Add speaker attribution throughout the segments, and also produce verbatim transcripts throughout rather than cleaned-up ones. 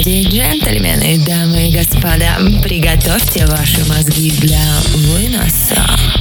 Speaker 1: Леди и джентльмены, дамы и господа, приготовьте ваши мозги для выноса.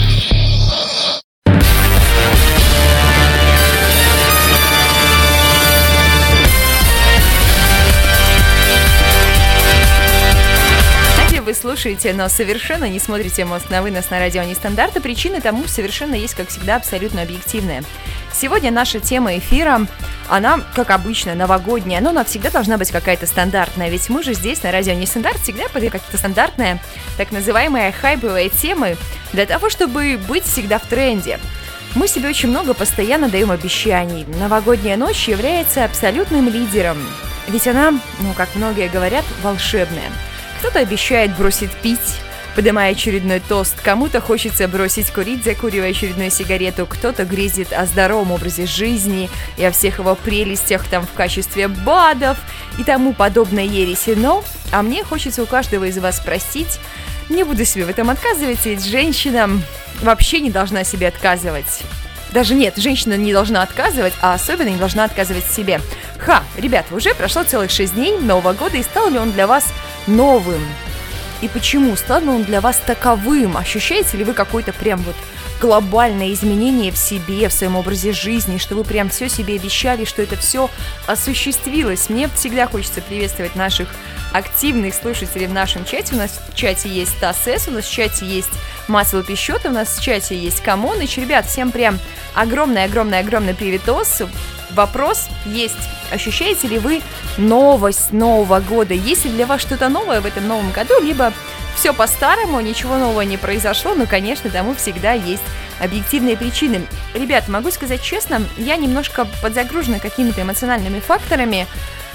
Speaker 2: Вы слушаете, но совершенно не смотрите «Мозг на вынос» на радио Нестандарт, и причины тому совершенно есть, как всегда, абсолютно объективная. Сегодня наша тема эфира, она, как обычно, новогодняя, но она всегда должна быть какая-то стандартная, ведь мы же здесь, на радио Нестандарт, всегда подаем какие-то стандартные, так называемые хайповые темы, для того, чтобы быть всегда в тренде. Мы себе очень много постоянно даем обещаний. Новогодняя ночь является абсолютным лидером, ведь она, ну, как многие говорят, волшебная. Кто-то обещает бросить пить, поднимая очередной тост, кому-то хочется бросить курить, закуривая очередную сигарету, кто-то грезит о здоровом образе жизни и о всех его прелестях там в качестве БАДов и тому подобной ереси. Но, а мне хочется у каждого из вас спросить, не буду себе в этом отказывать, ведь женщина вообще не должна себе отказывать. Даже нет, женщина не должна отказывать, а особенно не должна отказывать себе. Ха, ребят, уже прошло целых шесть дней Нового года, и стал ли он для вас новым? И почему? Стал ли он для вас таковым? Ощущаете ли вы какое-то прям вот глобальное изменение в себе, в своем образе жизни, что вы прям все себе обещали, что это все осуществилось? Мне всегда хочется приветствовать наших активных слушателей в нашем чате. У нас в чате есть Стас С, у нас в чате есть Масло Пищета, у нас в чате есть Камоныч. Ребят, всем прям огромный-огромный-огромный привитос. Вопрос есть. Ощущаете ли вы новость Нового года? Есть ли для вас что-то новое в этом новом году? Либо все по-старому, ничего нового не произошло, но, конечно, тому всегда есть объективные причины. Ребят, могу сказать честно, я немножко подзагружена какими-то эмоциональными факторами.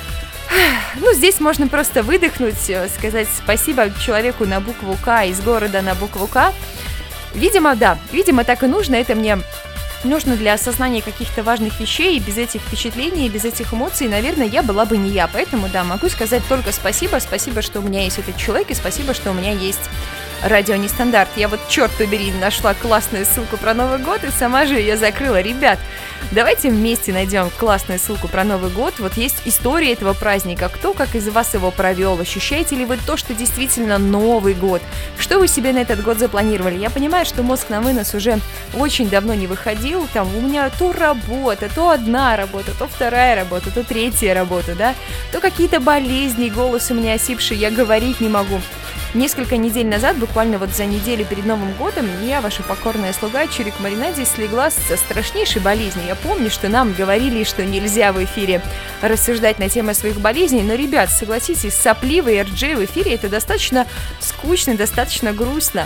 Speaker 2: Ну, здесь можно просто выдохнуть, сказать спасибо человеку на букву К, из города на букву К. Видимо, да, видимо, так и нужно, это мне нужно для осознания каких-то важных вещей, и без этих впечатлений, без этих эмоций, наверное, я была бы не я. Поэтому, да, могу сказать только спасибо, спасибо, что у меня есть этот человек, и спасибо, что у меня есть радио Нестандарт. Я вот, черт побери, нашла классную ссылку про Новый год, и сама же ее закрыла. Ребят, давайте вместе найдем классную ссылку про Новый год. Вот есть история этого праздника, кто как из вас его провел, ощущаете ли вы то, что действительно Новый год, что вы себе на этот год запланировали. Я понимаю, что «Мозг на вынос» уже очень давно не выходил, там у меня то работа, то одна работа, то вторая работа, то третья работа, да, то какие-то болезни, голос у меня осипший, я говорить не могу. Несколько недель назад, буквально вот за неделю перед Новым годом, я, ваша покорная слуга, Чирик Маринаде, слегла со страшнейшей болезнью. Я помню, что нам говорили, что нельзя в эфире рассуждать на тему своих болезней, но, ребят, согласитесь, сопливый эр джей в эфире — это достаточно скучно, достаточно грустно.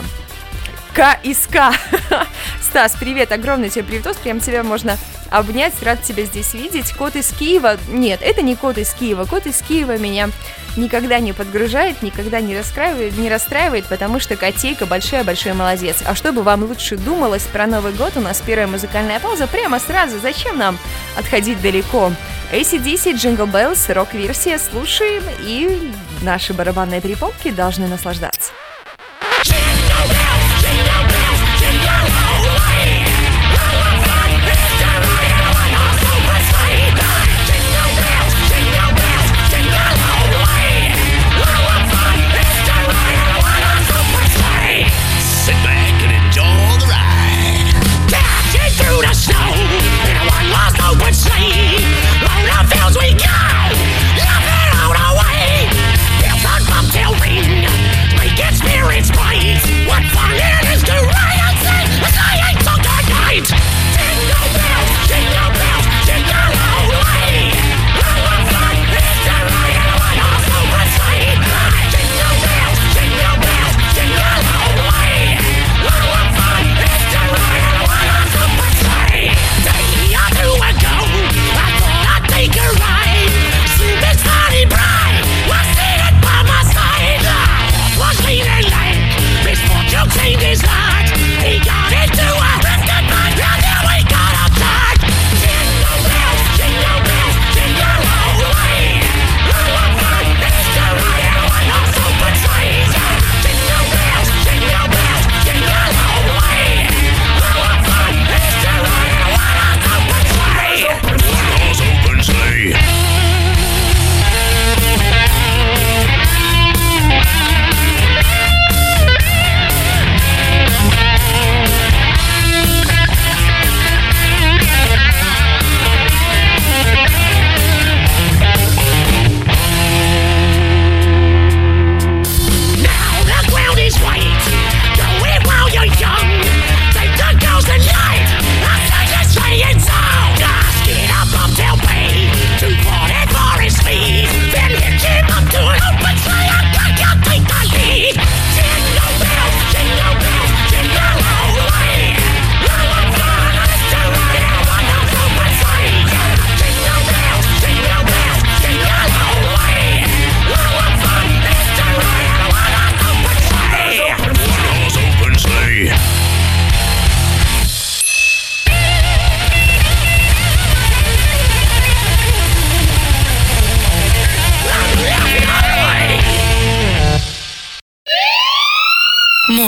Speaker 2: К из К. Стас, привет, огромный тебе привет, прям тебя можно обнять, рад тебя здесь видеть. Кот из Киева, нет, это не кот из Киева, кот из Киева меня никогда не подгружает, никогда не расстраивает, не расстраивает, потому что котейка большая-большая молодец. А чтобы вам лучше думалось про Новый год, у нас первая музыкальная пауза прямо сразу, зачем нам отходить далеко? эй си ди си, Jingle Bells, рок-версия, слушаем, и наши барабанные перепонки должны наслаждаться.
Speaker 3: Till ring, we get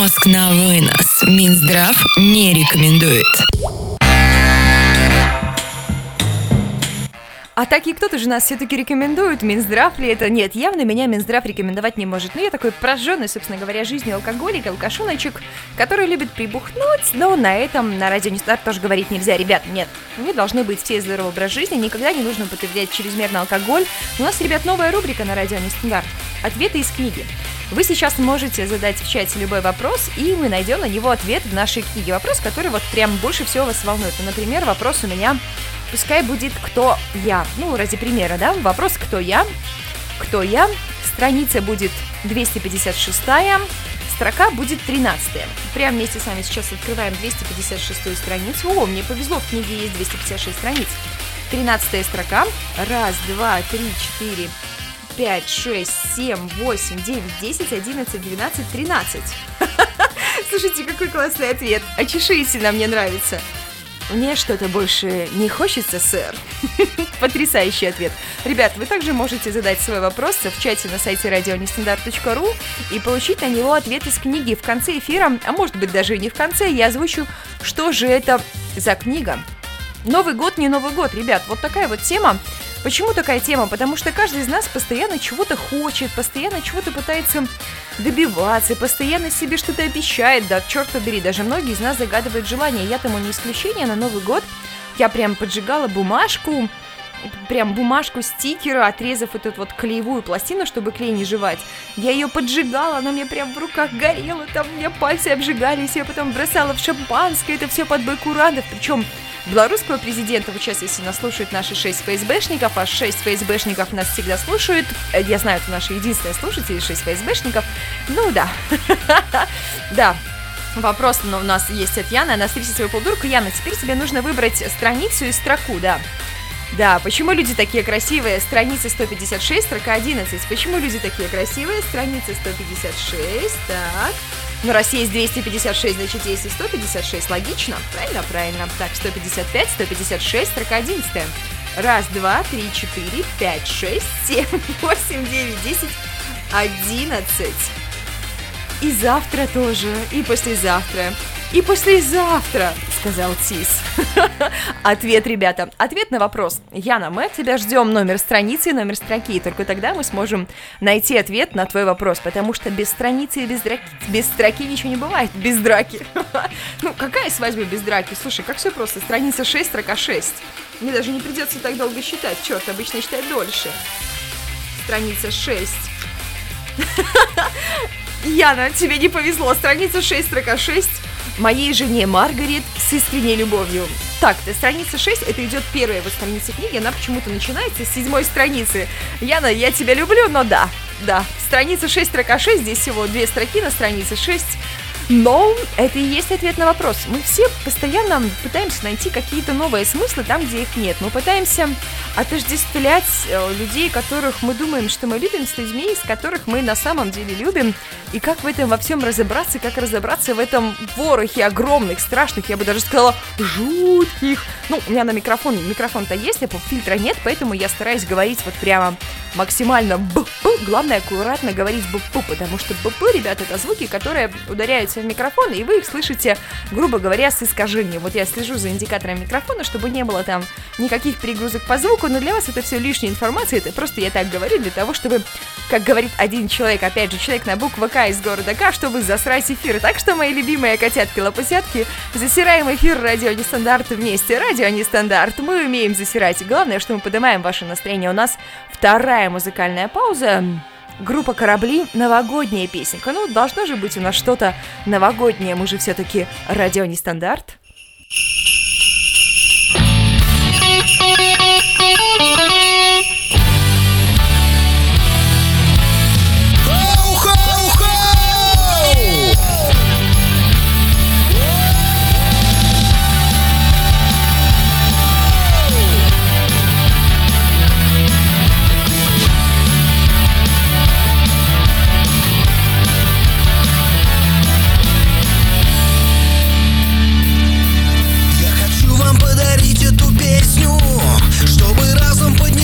Speaker 1: Мозг на вынос. Минздрав не рекомендует.
Speaker 2: А так и кто-то же нас все-таки рекомендует, Минздрав ли это? Нет, явно меня Минздрав рекомендовать не может. Но я такой прожженный, собственно говоря, жизнью алкоголик, алкашоночек, который любит прибухнуть, но на этом на радио Нестандарт тоже говорить нельзя. Ребят, нет, не должны быть все здоровый образ жизни, никогда не нужно употреблять чрезмерно алкоголь. У нас, ребят, новая рубрика на радио Нестандарт. Ответы из книги. Вы сейчас можете задать в чате любой вопрос, и мы найдем на него ответ в нашей книге. Вопрос, который вот прям больше всего вас волнует. Ну, например, вопрос у меня... Пускай будет «Кто я?». Ну, ради примера, да? Вопрос «Кто я?». «Кто я?». Страница будет двести пятьдесят шестая, строка будет тринадцатая. Прямо вместе с вами сейчас открываем двести пятьдесят шестую страницу. О, мне повезло, в книге есть двести пятьдесят шесть страниц. тринадцатая строка. Раз, два, три, четыре, пять, шесть, семь, восемь, девять, десять, одиннадцать, двенадцать, тринадцать. Слушайте, какой классный ответ. Очешите, мне нравится. Мне что-то больше не хочется, сэр. Потрясающий ответ. Ребят, вы также можете задать свой вопрос в чате на сайте радио нестандарт точка ру и получить на него ответ из книги. В конце эфира, а может быть даже и не в конце, я озвучу, что же это за книга. Новый год, не Новый год, ребят, вот такая вот тема. Почему такая тема? Потому что каждый из нас постоянно чего-то хочет, постоянно чего-то пытается добиваться, постоянно себе что-то обещает, да, черт побери, даже многие из нас загадывают желания. Я тому не исключение. На Новый год я прям поджигала бумажку, прям бумажку стикера, отрезав эту вот клеевую пластину, чтобы клей не жевать. Я ее поджигала, она мне прям в руках горела, там у меня пальцы обжигались, я потом бросала в шампанское, это все под байкурантов, причем белорусского президента. Вот сейчас, если нас слушают наши шесть ФСБшников, а шесть ФСБшников нас всегда слушают, я знаю, это наши единственные слушатели, шесть ФСБшников, ну да, да. Вопрос у нас есть от Яны, она встретит свою полдурку. Яна, теперь тебе нужно выбрать страницу и строку, да. Да, почему люди такие красивые? Страница сто пятьдесят шесть, строка одиннадцать. Почему люди такие красивые? Страница сто пятьдесят шесть, так. Ну, раз есть двести пятьдесят шесть, значит, есть и сто пятьдесят шесть. Логично? Правильно? Правильно. Так, сто пятьдесят пять, сто пятьдесят шесть, строка одиннадцать. Раз, два, три, четыре, пять, шесть, семь, восемь, девять, десять, одиннадцать. И завтра тоже, и послезавтра, и послезавтра, сказал Тис. Ответ, ребята, ответ на вопрос. Яна, мы от тебя ждем номер страницы и номер строки, и только тогда мы сможем найти ответ на твой вопрос, потому что без страницы и без драки, без строки ничего не бывает, без драки. Ну, какая свадьба без драки? Слушай, как все просто, страница шесть, строка шесть. Мне даже не придется так долго считать, черт, обычно считать дольше. Страница шесть. Яна, тебе не повезло. Страница шесть, строка шесть. Моей жене Маргарет с искренней любовью. Так, страница шесть, это идет первая его страница книги. Она почему-то начинается с седьмой страницы. Яна, я тебя люблю, но да, да. Страница шесть, строка шесть. Здесь всего две строки на странице шесть. Но это и есть ответ на вопрос. Мы все постоянно пытаемся найти какие-то новые смыслы там, где их нет. Мы пытаемся отождествлять людей, которых мы думаем, что мы любим, с людьми, с которых мы на самом деле любим. И как в этом во всем разобраться, как разобраться в этом ворохе огромных, страшных, я бы даже сказала, жутких. Ну, у меня на микрофон, микрофон-то есть, а фильтра нет, поэтому я стараюсь говорить вот прямо максимально б-б. Главное, аккуратно говорить б-б, потому что б-б, ребята, это звуки, которые ударяются в микрофон, и вы их слышите, грубо говоря, с искажением. Вот я слежу за индикатором микрофона, чтобы не было там никаких перегрузок по звуку, но для вас это все лишняя информация, это просто я так говорю для того, чтобы, как говорит один человек, опять же, человек на букву К из города К, чтобы засрать эфир. Так что, мои любимые котятки-лопусятки, засираем эфир радио Нестандарт вместе. Радио Нестандарт, мы умеем засирать. Главное, что мы поднимаем ваше настроение. У нас вторая музыкальная пауза. Группа «Корабли», новогодняя песенка. Ну, должно же быть у нас что-то новогоднее. Мы же все-таки радио Нестандарт.
Speaker 3: Чтобы разом поднять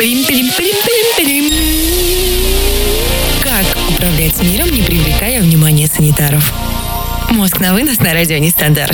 Speaker 1: Пирим-пирим-пирим-пирим-пирим. Как управлять миром, не привлекая внимания санитаров? Мозг на вынос на радио Нестандарт.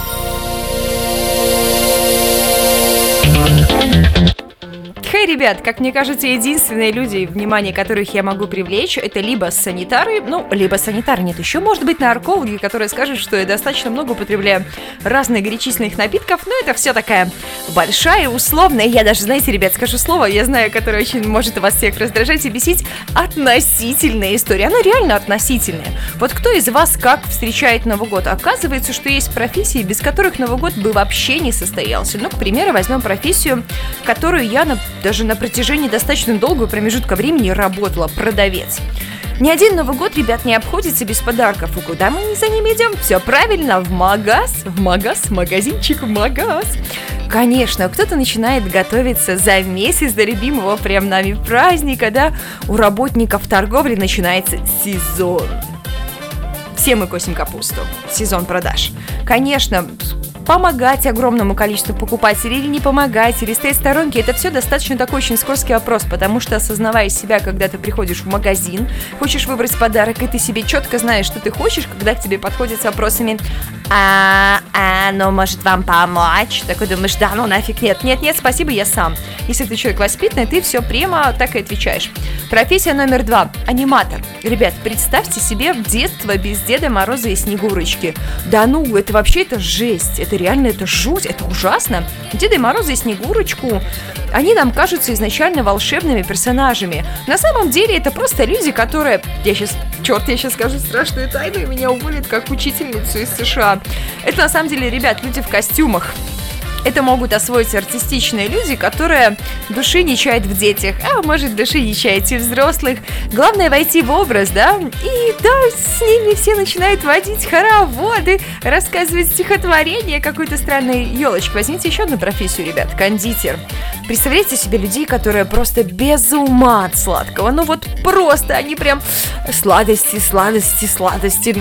Speaker 2: Хей, ребят, как мне кажется, единственные люди, внимание которых я могу привлечь, это либо санитары, ну, либо санитары, нет, еще может быть наркологи, которые скажут, что я достаточно много употребляю разных горячительных напитков, но это все такая большая, условная, я даже, знаете, ребят, скажу слово, я знаю, которое очень может вас всех раздражать и бесить, относительная история, она реально относительная. Вот кто из вас как встречает Новый год? Оказывается, что есть профессии, без которых Новый год бы вообще не состоялся. Ну, к примеру, возьмем профессию, которую я на даже на протяжении достаточно долгого промежутка времени работала, продавец. Ни один Новый год, ребят, не обходится без подарков. И куда мы за ними идем? Все правильно, в магаз, в магаз, магазинчик, в магаз. Конечно, кто-то начинает готовиться за месяц до любимого прям нами праздника, да? У работников торговли начинается сезон. Все мы косим капусту. Сезон продаж. Конечно, помогать огромному количеству покупателей или не помогать, или стоять в сторонке, это все достаточно такой очень скользкий вопрос, потому что, осознавая себя, когда ты приходишь в магазин, хочешь выбрать подарок, и ты себе четко знаешь, что ты хочешь, когда к тебе подходят с вопросами «А, а, ну, может, вам помочь?» Такой думаешь, да, ну нафиг нет, нет, нет, спасибо, я сам. Если ты человек воспитанный, ты все прямо так и отвечаешь. Профессия номер два – аниматор. Ребят, представьте себе детство без Деда Мороза и Снегурочки. Да ну, это вообще, это жесть, это реально, это жуть, это ужасно. Деда Мороза и Снегурочку, они нам кажутся изначально волшебными персонажами. На самом деле это просто люди, которые... Я сейчас... Черт, я сейчас скажу страшную тайну, и меня уволят как учительницу из США. Это на самом деле, ребят, люди в костюмах. Это могут освоить артистичные люди, которые души не чают в детях, а может, души не чают и взрослых. Главное войти в образ, да? И да, с ними все начинают водить хороводы, рассказывать стихотворение какой-то странной елочки. Возьмите еще одну профессию, ребят, кондитер. Представляете себе людей, которые просто без ума от сладкого. Ну вот просто они прям сладости, сладости, сладости.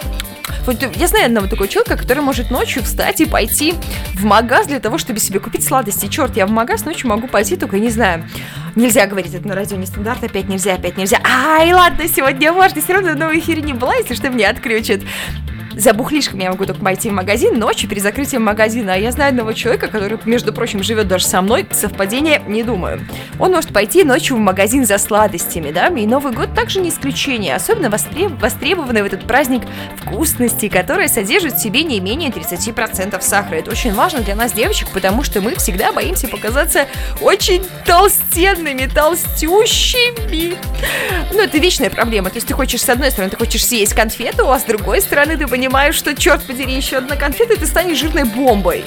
Speaker 2: Вот я знаю одного такого человека, который может ночью встать и пойти в магаз для того, чтобы себе купить сладости. Черт, я в магаз ночью могу пойти, только не знаю. Нельзя говорить это на радио Нестандарт, опять нельзя, опять нельзя. Ай, ладно, сегодня можно, все равно в новом эфире не была, если что, меня отключат. За бухлишками я могу только пойти в магазин ночью перед закрытием магазина. А я знаю одного человека, который, между прочим, живет даже со мной. Совпадение, не думаю. Он может пойти ночью в магазин за сладостями, да? И Новый год также не исключение. Особенно востреб... востребованы в этот праздник вкусности, которые содержат в себе не менее тридцать процентов сахара. Это очень важно для нас, девочек, потому что мы всегда боимся показаться очень толстенными, толстющими. Ну, это вечная проблема. То есть ты хочешь, с одной стороны, ты хочешь съесть конфету, а с другой стороны, ты понимаешь, Понимаю, что, черт подери, еще одна конфета, и ты станешь жирной бомбой.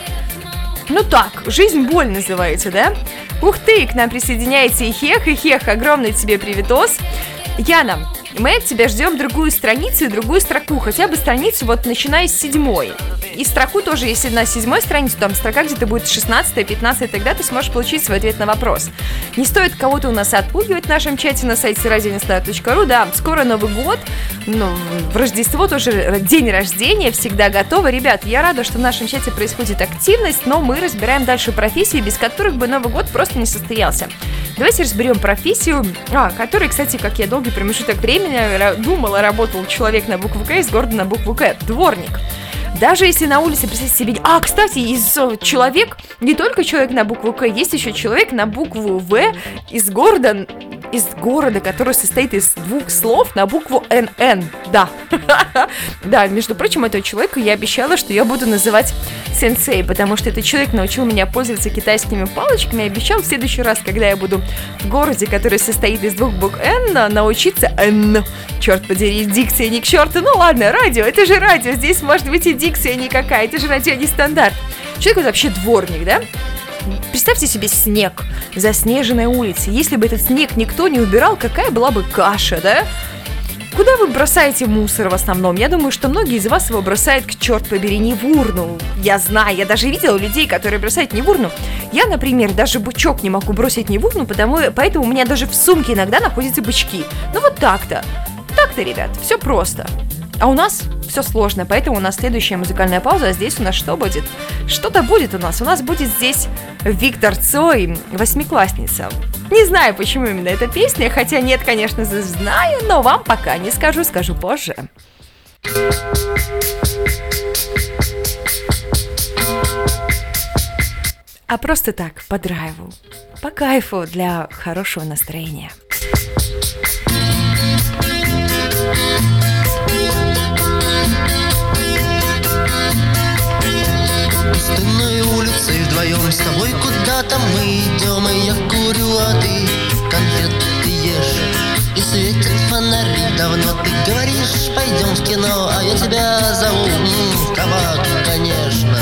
Speaker 2: Ну так, жизнь боль называется, да? Ух ты, к нам присоединяется Ихех. Ихех, огромный тебе привитос. Яна, мы от тебя ждем другую страницу и другую строку. Хотя бы страницу вот начиная с седьмой. И строку тоже, если на седьмой странице, там строка где-то будет шестнадцатая, пятнадцатая, тогда ты сможешь получить свой ответ на вопрос. Не стоит кого-то у нас отпугивать в нашем чате на сайте радио нестандарт точка ру. Да, скоро Новый год, ну, в Рождество тоже день рождения, всегда готово. Ребят, я рада, что в нашем чате происходит активность, но мы разбираем дальше профессии, без которых бы Новый год просто не состоялся. Давайте разберем профессию, а, которой, кстати, как я долгий промежуток времени думала, работал человек на букву К из города на букву К, дворник. Даже если на улице, представьте себе... А, кстати, из человек, не только человек на букву К, есть еще человек на букву В из города, из города, который состоит из двух слов на букву Н Н. Да. Да, между прочим, этого человека я обещала, что я буду называть сенсей, потому что этот человек научил меня пользоваться китайскими палочками и обещал в следующий раз, когда я буду в городе, который состоит из двух букв Н, научиться Н. Черт подери, дикция не к черту. Ну ладно, радио, это же радио, здесь может быть и дикция никакая, это же радио Нестандарт. Человек вот вообще дворник, да? Представьте себе снег, заснеженной улице. Если бы этот снег никто не убирал, какая была бы каша, да? Куда вы бросаете мусор в основном? Я думаю, что многие из вас его бросают, к черт побери, не в урну. Я знаю, я даже видела людей, которые бросают не в урну. Я, например, даже бычок не могу бросить не в урну, потому, поэтому у меня даже в сумке иногда находятся бычки. Ну вот так-то. Так-то, ребят, все просто. А у нас все сложно, поэтому у нас следующая музыкальная пауза, а здесь у нас что будет? Что-то будет у нас. У нас будет здесь Виктор Цой, «Восьмиклассница». Не знаю, почему именно эта песня, хотя нет, конечно, знаю, но вам пока не скажу, скажу позже. А просто так, по драйву, по кайфу, для хорошего настроения.
Speaker 3: Пустынной улицей вдвоем с тобой куда-то мы идем, и я курю, а ты конфеты ешь. И светят фонари давно, ты говоришь, пойдем в кино, а я тебя зову, м-м, кабак, конечно.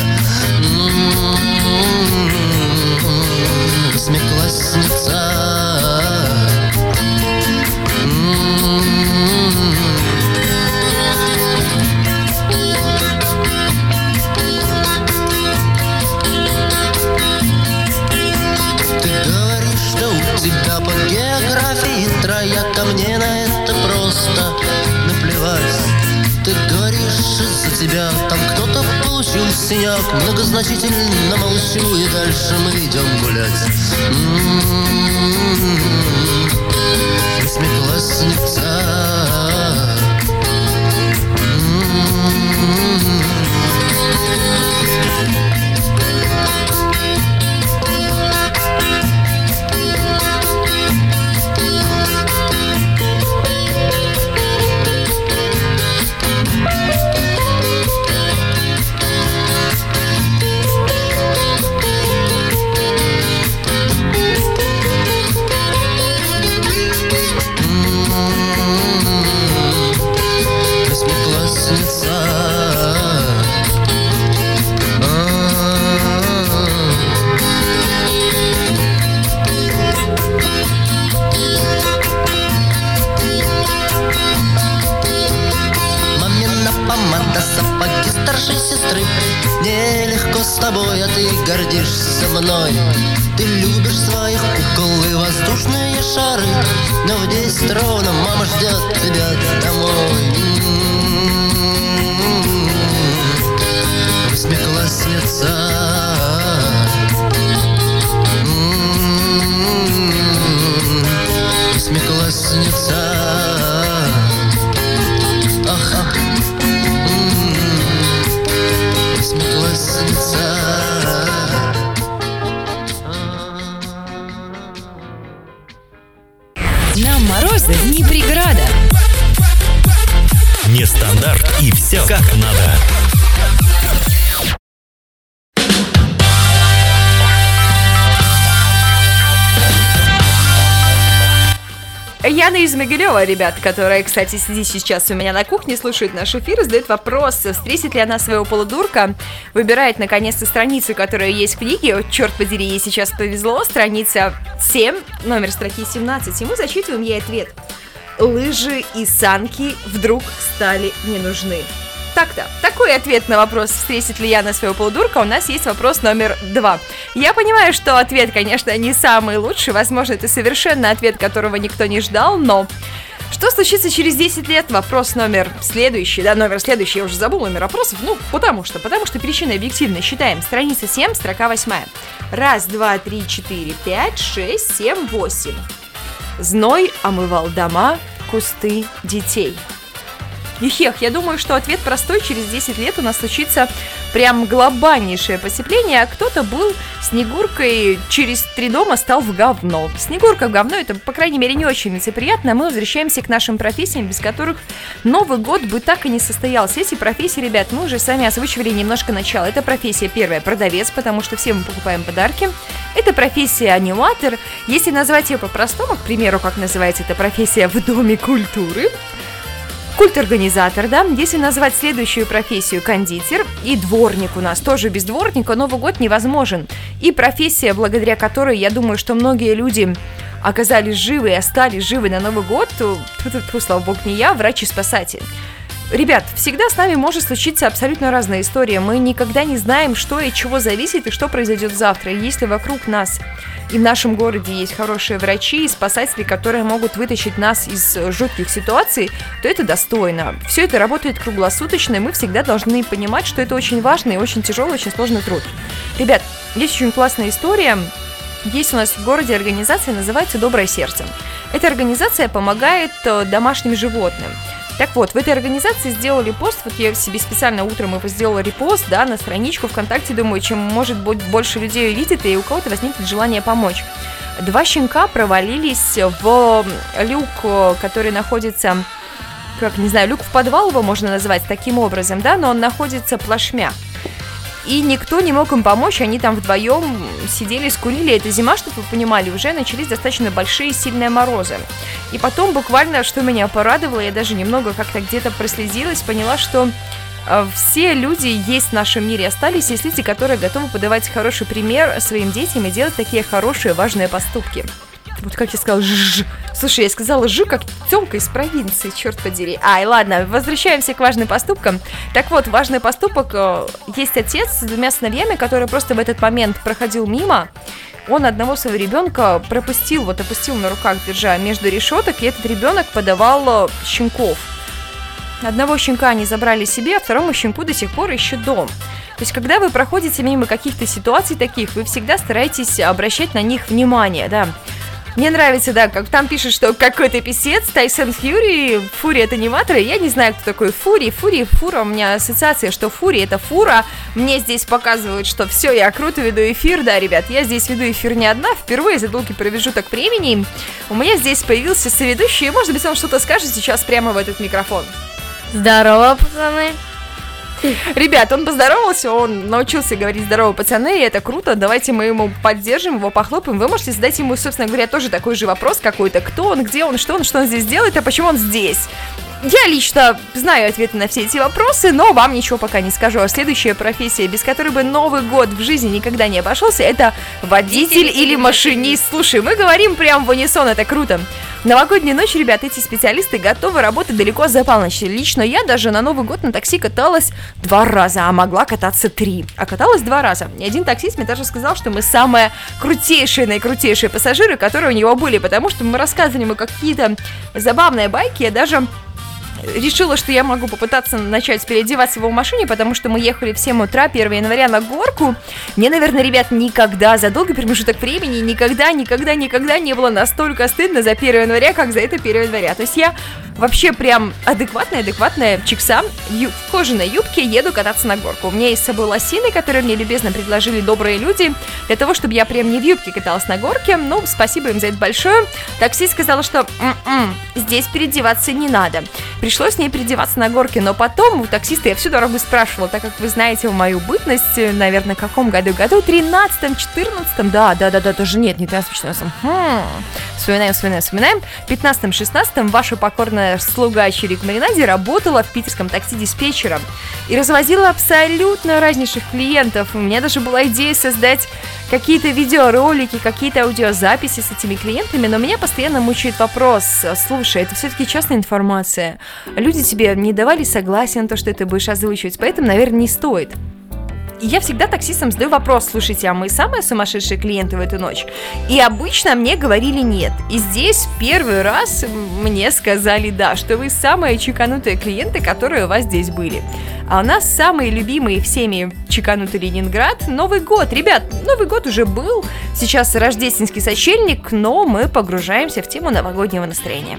Speaker 3: М-м-м, восьмиклассница. М-м-м. Тебя по географии трояка, мне на это просто наплевать. Ты говоришь, из-за тебя там кто-то получил синяк. Многозначительно молчу, и дальше мы идем гулять. М-м-м, восьмиклассница. М-м-м. Гордишься мной, ты любишь своих кукол и воздушные шары, но в десять ровно мама ждет тебя домой. М-м-м, восьмиклассница. М-м-м, восьмиклассница. Ах, ах. М-м-м, восьмиклассница.
Speaker 1: Нам морозы не преграда.
Speaker 4: Нестандарт и все как надо.
Speaker 2: Яна из Могилева, ребят, которая, кстати, сидит сейчас у меня на кухне, слушает наш эфир, задает вопрос, встретит ли она своего полудурка, выбирает наконец-то страницу, которая есть в книге. Черт подери, ей сейчас повезло, страница семь, номер строки семнадцать, и мы зачитываем ей ответ. Лыжи и санки вдруг стали не нужны. Так-то, такой ответ на вопрос, встретит ли Яна своего полудурка, у нас есть вопрос номер два. Я понимаю, что ответ, конечно, не самый лучший, возможно, это совершенно ответ, которого никто не ждал, но что случится через десять лет? Вопрос номер следующий, да, номер следующий, я уже забыл номер вопросов, ну, потому что, потому что причины объективно. Считаем, страница семь, строка восемь. Раз, два, три, четыре, пять, шесть, семь, восемь. Зной омывал дома, кусты детей. Ехех, я думаю, что ответ простой. Через десять лет у нас случится прям глобальнейшее потепление, а кто-то был Снегуркой, через три дома стал в говно. Снегурка в говно, это, по крайней мере, не очень лицеприятно. Мы возвращаемся к нашим профессиям, без которых Новый год бы так и не состоялся. Эти профессии, ребят, мы уже сами озвучивали немножко начало. Это профессия первая, продавец, потому что все мы покупаем подарки. Это профессия аниматор. Если назвать ее по-простому, к примеру, как называется эта профессия в Доме культуры, культ-организатор, да, если назвать следующую профессию кондитер и дворник у нас, тоже без дворника Новый год невозможен. И профессия, благодаря которой, я думаю, что многие люди оказались живы и остались живы на Новый год, то, слава богу, не я, врач и спасатель. Ребят, всегда с нами может случиться абсолютно разная история. Мы никогда не знаем, что и чего зависит и что произойдет завтра. И если вокруг нас и в нашем городе есть хорошие врачи и спасатели, которые могут вытащить нас из жутких ситуаций, то это достойно. Все это работает круглосуточно, и мы всегда должны понимать, что это очень важный, очень тяжелый, очень сложный труд. Ребят, есть очень классная история. Есть у нас в городе организация, называется «Доброе сердце». Эта организация помогает домашним животным. Так вот, в этой организации сделали пост, вот я себе специально утром его сделала репост, да, на страничку ВКонтакте, думаю, чем, может быть, больше людей увидит, и у кого-то возникнет желание помочь. Два щенка провалились в люк, который находится, как, не знаю, люк в подвал его можно назвать таким образом, да, но он находится плашмя. И никто не мог им помочь, они там вдвоем сидели, скулили. Это зима, чтобы вы понимали, уже начались достаточно большие сильные морозы. И потом буквально, что меня порадовало, я даже немного как-то где-то прослезилась, поняла, что э, все люди есть в нашем мире, остались есть люди, которые готовы подавать хороший пример своим детям и делать такие хорошие, важные поступки. Вот как я сказала, жжж. Слушай, я сказала жжж, как тёлка из провинции, черт подери. Ай, ладно, возвращаемся к важным поступкам. Так вот, важный поступок. Есть отец с двумя сыновьями, который просто в этот момент проходил мимо. Он одного своего ребенка пропустил, вот опустил на руках, держа между решеток, и этот ребенок подавал щенков. Одного щенка они забрали себе, а второму щенку до сих пор еще дом. То есть, когда вы проходите мимо каких-то ситуаций таких, вы всегда стараетесь обращать на них внимание, да. Мне нравится, да, как там пишут, что какой-то писец, Тайсон Фьюри, Фури это не Матра, я не знаю, кто такой Фури, Фури, Фура, у меня ассоциация, что Фури это фура, мне здесь показывают, что все, я круто веду эфир, да, ребят, я здесь веду эфир не одна, впервые за долгий промежуток времени, у меня здесь появился соведущий, и, может быть, он что-то скажет сейчас прямо в этот микрофон.
Speaker 5: Здорово, пацаны.
Speaker 2: Ребят, он поздоровался, он научился говорить «здорово, пацаны», и это круто, давайте мы ему поддержим, его похлопаем. Вы можете задать ему, собственно говоря, тоже такой же вопрос какой-то: кто он, где он, что он, что он здесь делает, а почему он здесь? Я лично знаю ответы на все эти вопросы, но вам ничего пока не скажу. А следующая профессия, без которой бы Новый год в жизни никогда не обошелся, это водитель или машинист. Слушай, мы говорим прям в унисон, это круто. В новогоднюю ночь, ребят, эти специалисты готовы работать далеко за полночь. Лично я даже на Новый год на такси каталась два раза, а могла кататься три. А каталась два раза. И один таксист мне даже сказал, что мы самые крутейшие, наикрутейшие пассажиры, которые у него были, потому что мы рассказывали ему какие-то забавные байки. Я даже решила, что я могу попытаться начать переодеваться его в машине, потому что мы ехали в семь утра первого января на горку. Мне, наверное, ребят, никогда за долгий промежуток времени никогда, никогда, никогда не было настолько стыдно за первого января, как за это первого января. То есть я вообще прям адекватная, адекватная чикса в, ю- в кожаной юбке еду кататься на горку. У меня есть с собой лосины, которые мне любезно предложили добрые люди, для того, чтобы я прям не в юбке каталась на горке. Ну, спасибо им за это большое. Таксист сказала, что м-м, здесь переодеваться не надо. Пришлось с ней переодеваться на горке, но потом у таксиста я всю дорогу спрашивала, так как вы знаете, в мою бытность, наверное, в каком году? Году тринадцатом, четырнадцатом, да, да, да, да, даже нет, не тринадцатом, четырнадцатом. Хм. Вспоминаем, вспоминаем, вспоминаем. пятнадцатом, шестнадцатом ваша покорная слуга Чирик Маринаде работала в питерском такси диспетчером и развозила абсолютно разнейших клиентов. У меня даже была идея создать какие-то видеоролики, какие-то аудиозаписи с этими клиентами, но меня постоянно мучает вопрос: слушай, это все-таки частная информация, люди тебе не давали согласия на то, что ты будешь озвучивать, поэтому, наверное, не стоит. И я всегда таксистам задаю вопрос: слушайте, а мы самые сумасшедшие клиенты в эту ночь? И обычно мне говорили нет. И здесь первый раз мне сказали да, что вы самые чеканутые клиенты, которые у вас здесь были. А у нас самый любимый всеми чеканутый Ленинград — Новый год. Ребят, Новый год уже был, сейчас рождественский сочельник, но мы погружаемся в тему новогоднего настроения.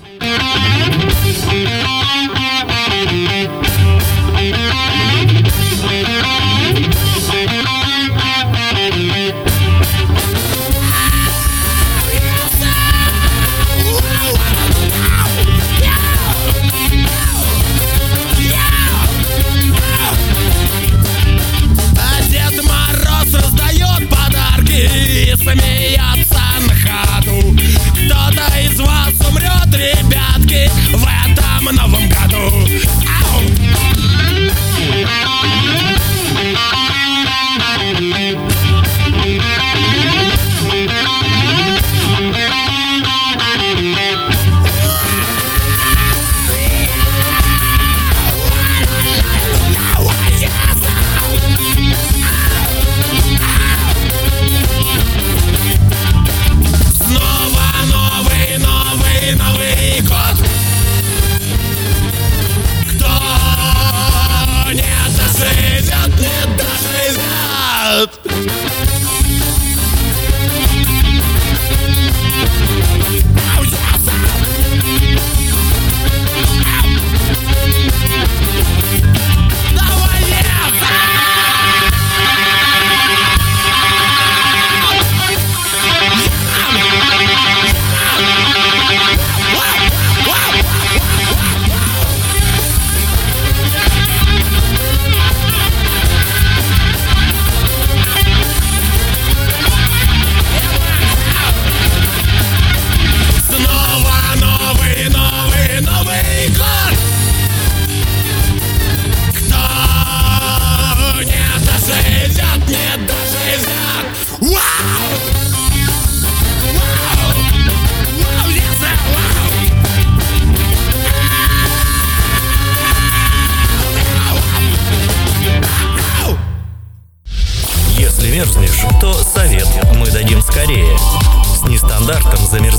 Speaker 6: И смеяться на ходу. Кто-то из вас умрет, ребятки, в этом новом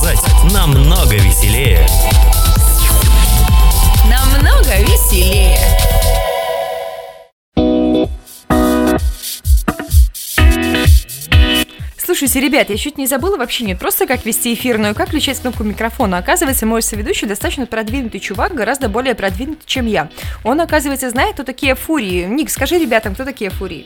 Speaker 4: сказать, намного веселее.
Speaker 1: Намного веселее.
Speaker 2: Слушайте, ребят, я чуть не забыла вообще не просто как вести эфир, но и как включать кнопку микрофона. Оказывается, мой соведущий достаточно продвинутый чувак, гораздо более продвинутый, чем я. Он, оказывается, знает, кто такие фурии. Ник, скажи ребятам, кто такие фурии?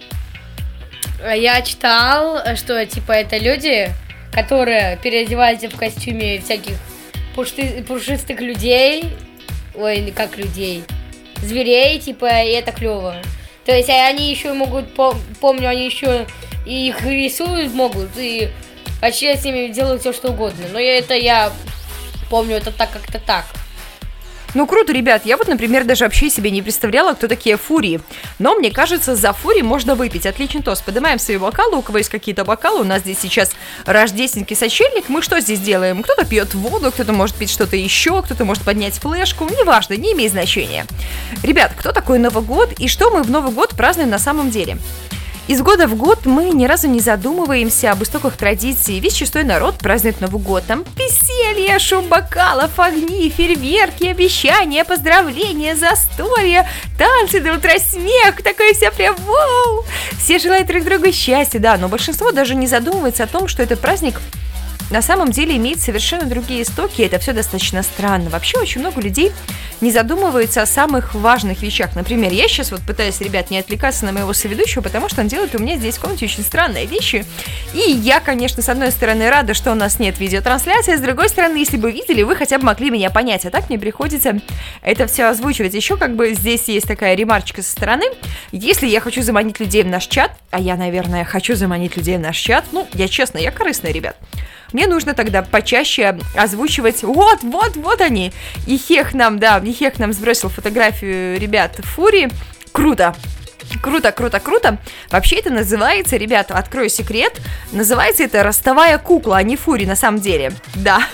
Speaker 5: Я читал, что типа это люди, которые переодеваются в костюме всяких пушты, пушистых людей, ой, как людей, зверей, типа, и это клево. То есть они еще могут, помню, они еще и их рисуют могут, и вообще с ними делают все что угодно. Но я, это я помню, это так как-то так.
Speaker 2: Ну, круто, ребят. Я вот, например, даже вообще себе не представляла, кто такие фурии. Но, мне кажется, за фурии можно выпить. Отличный тост. Поднимаем свои бокалы. У кого есть какие-то бокалы. У нас здесь сейчас рождественский сочельник. Мы что здесь делаем? Кто-то пьет воду, кто-то может пить что-то еще, кто-то может поднять флешку. Неважно, не имеет значения. Ребят, кто такой Новый год и что мы в Новый год празднуем на самом деле? Из года в год мы ни разу не задумываемся об истоках традиций. Весь чистой народ празднует Новый год. Там веселье, шум бокалов, огни, фейерверки, обещания, поздравления, застолья, танцы до утра, смех. Такое все прям воу. Все желают друг другу счастья, да. Но большинство даже не задумывается о том, что этот праздник на самом деле имеет совершенно другие истоки, и это все достаточно странно. Вообще очень много людей не задумываются о самых важных вещах. Например, я сейчас вот пытаюсь, ребят, не отвлекаться на моего соведущего, потому что он делает у меня здесь в комнате очень странные вещи. И я, конечно, с одной стороны рада, что у нас нет видеотрансляции, а с другой стороны, если бы видели, вы хотя бы могли меня понять. А так мне приходится это все озвучивать. Еще как бы здесь есть такая ремарочка со стороны. Если я хочу заманить людей в наш чат, а я, наверное, хочу заманить людей в наш чат, ну, я честно, я корыстная, ребят. Мне нужно тогда почаще озвучивать. Вот, вот, вот они. Ихех нам, да, Ихех нам сбросил фотографию ребят Фури. Круто. Круто, круто, круто. Вообще это называется, ребята, открою секрет, называется это ростовая кукла, а не Фури на самом деле. Да.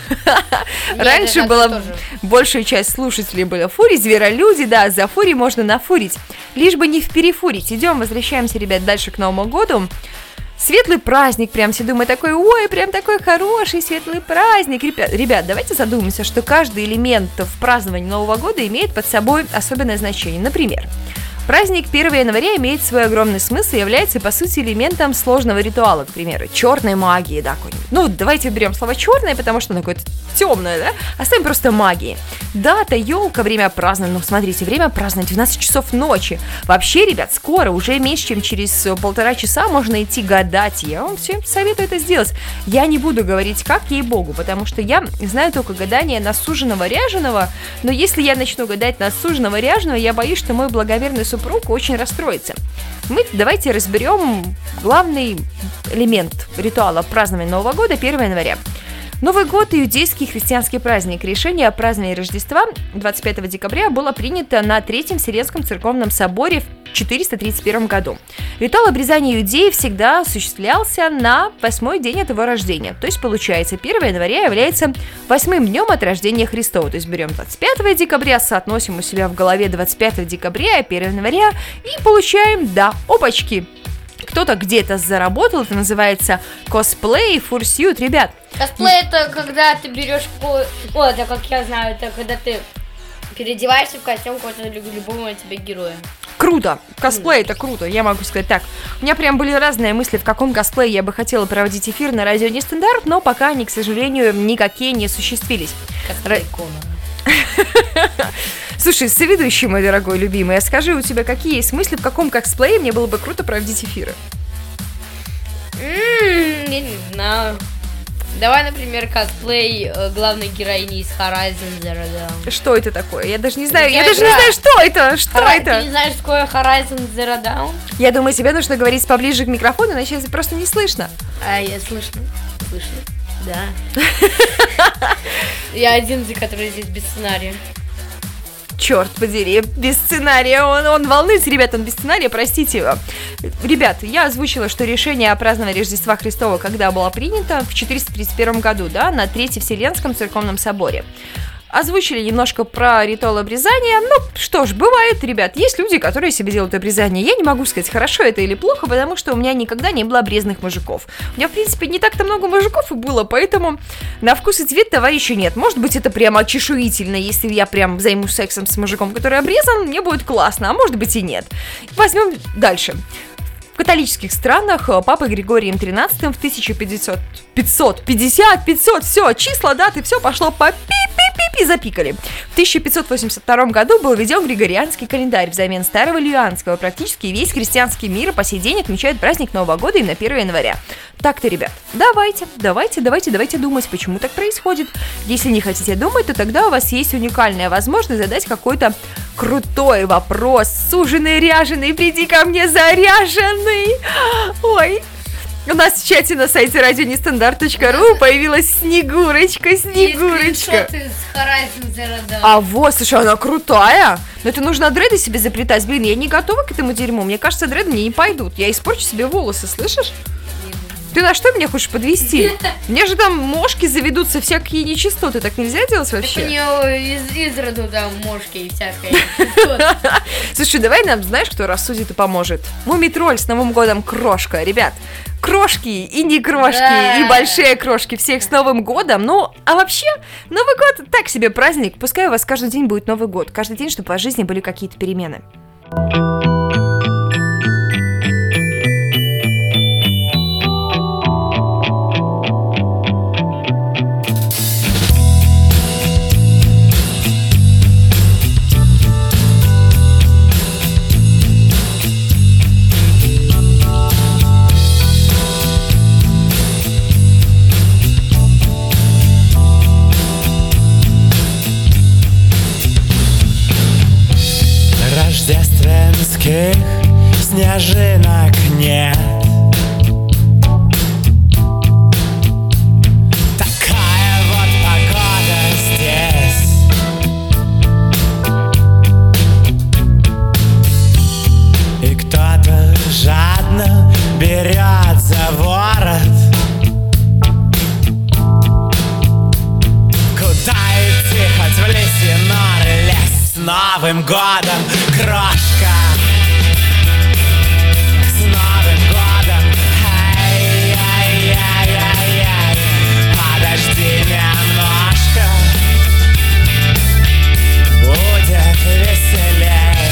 Speaker 2: Раньше была большая часть слушателей были Фури, зверолюди, да, за Фури можно нафурить. Лишь бы не вперефурить. Идем, возвращаемся, ребят, дальше к Новому году. Светлый праздник, прям все думают, такой, ой, прям такой хороший светлый праздник. Ребят, ребят, давайте задумаемся, что каждый элемент в праздновании Нового года имеет под собой особенное значение. Например, праздник первого января имеет свой огромный смысл и является, по сути, элементом сложного ритуала, к примеру, черной магии, да, какой-нибудь. Ну, давайте уберем слово черное, потому что оно какое-то темное, да, оставим просто магии. Дата, елка, время празднования, ну, смотрите, время празднования двенадцать часов ночи. Вообще, ребят, скоро, уже меньше, чем через полтора часа можно идти гадать. Я вам всем советую это сделать. Я не буду говорить как, ей-богу, потому что я знаю только гадание на суженого ряженого, но если я начну гадать на суженого ряженого, я боюсь, что мой благоверный супруг очень расстроится. Мы давайте разберем главный элемент ритуала празднования Нового года первого января. Новый год – иудейский христианский праздник. Решение о праздновании Рождества двадцать пятого декабря было принято на Третьем Вселенском церковном соборе в четыреста тридцать первом году. Ритуал обрезания иудеев всегда осуществлялся на восьмой день от его рождения. То есть, получается, первого января является восьмым днем от рождения Христова. То есть, берем двадцать пятого декабря, соотносим у себя в голове двадцать пятого декабря и первого января и получаем, да, опачки. Кто-то где-то заработал, это называется косплей, фурсьют, ребят.
Speaker 5: Косплей это когда ты берешь, о, это как я знаю, это когда ты переодеваешься в костюм какого-то любого тебе героя.
Speaker 2: Круто, косплей это круто, я могу сказать так. У меня прям были разные мысли, в каком косплее я бы хотела проводить эфир на радио Нестандарт, но пока они, к сожалению, никакие не осуществились.
Speaker 5: Косплей Конора.
Speaker 2: Слушай, соведущий мой дорогой, любимый, а скажи, у тебя какие есть мысли, в каком косплее мне было бы круто проводить эфиры?
Speaker 5: Ммм, я не знаю. Давай, например, косплей э, главной героини из Horizon Zero Dawn.
Speaker 2: Что это такое? Я даже не знаю, я,
Speaker 5: я
Speaker 2: даже
Speaker 5: игра.
Speaker 2: не знаю, что это, что
Speaker 5: Хора...
Speaker 2: это?
Speaker 5: Ты не знаешь, что такое Horizon Zero Dawn?
Speaker 2: Я думаю, тебе нужно говорить поближе к микрофону, иначе просто не слышно.
Speaker 5: А, я слышно, слышно, да. Я один, который здесь без сценария.
Speaker 2: Черт подери, без сценария, он, он волнуется, ребят, он без сценария, простите. Ребят, я озвучила, что решение о праздновании Рождества Христова когда было принято в четыреста тридцать первом году, да, на Третьем Вселенском церковном соборе. Озвучили немножко про ритуал обрезания. Ну, что ж, бывает, ребят, есть люди, которые себе делают обрезание. Я не могу сказать, хорошо это или плохо, потому что у меня никогда не было обрезанных мужиков. У меня, в принципе, не так-то много мужиков и было, поэтому на вкус и цвет товарища нет. Может быть, это прямо очешуительно, если я прям займусь сексом с мужиком, который обрезан, мне будет классно, а может быть и нет. Возьмем дальше. В католических странах папой Григорием тринадцатым в тысяча пятьсот, пятьсот пятьдесят, пятьсот, все, числа, даты, все пошло по пи-пи-пи-пи, запикали. В тысяча пятьсот восемьдесят втором году был введен Григорианский календарь взамен старого Люлианского. Практически весь христианский мир по сей день отмечает праздник Нового года и на первое января. Так-то, ребят, давайте, давайте, давайте, давайте думать, почему так происходит. Если не хотите думать, то тогда у вас есть уникальная возможность задать какой-то крутой вопрос. Суженый, ряженый, приди ко мне заряженный. Ой, у нас в чате на сайте радио нестандарт точка ру появилась Снегурочка, Снегурочка. А вот, слушай, она крутая. Но это нужно дреды себе заплетать. Блин, я не готова к этому дерьму. Мне кажется, дреды мне не пойдут. Я испорчу себе волосы, слышишь? Ты на что меня хочешь подвести? Мне же там мошки заведутся, всякие нечистоты. Так нельзя делать вообще?
Speaker 5: Так у нее из, из роду там мошки и всякое нечистоты.
Speaker 2: Слушай, давай нам, знаешь, кто рассудит и поможет? Мумитроль с Новым годом, крошка. Ребят, крошки и не крошки, да. И большие крошки. Всех с Новым годом. Ну, а вообще, Новый год так себе праздник. Пускай у вас каждый день будет Новый год. Каждый день, чтобы в жизни были какие-то перемены.
Speaker 7: Рождественских снежинок нет. Такая вот погода здесь. И кто-то жадно берет за ворот. Куда идти, хоть в лесной лес? С Новым годом, крошка! С Новым годом! Ай-яй-яй-яй-яй! Подожди немножко, будет веселей.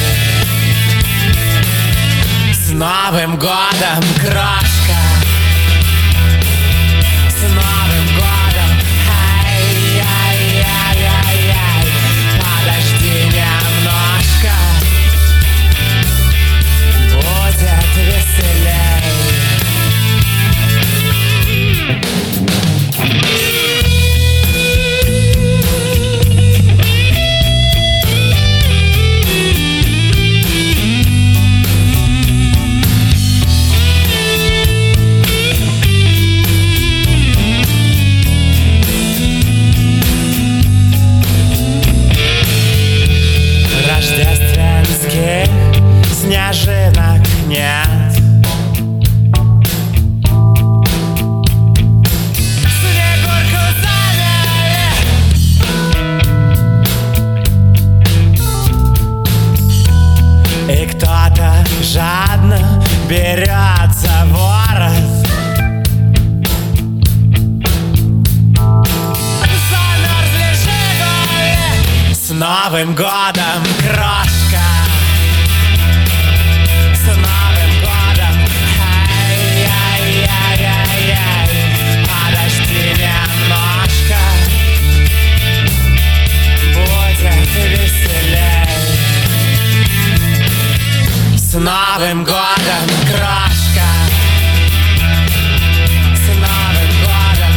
Speaker 7: С Новым годом, крошка! С Новым годом! Ай-яй-яй-яй-яй! Подожди немножко, будет веселей. Рождественских снежинок нет. Снегурку заняли. И кто-то жадно берет за ворот. Замерзли «Жигули». С Новым годом, крошка! С Новым годом! Ай-яй-яй-яй-яй! Подожди немножко, будет веселей. С Новым годом, крошка! С Новым годом!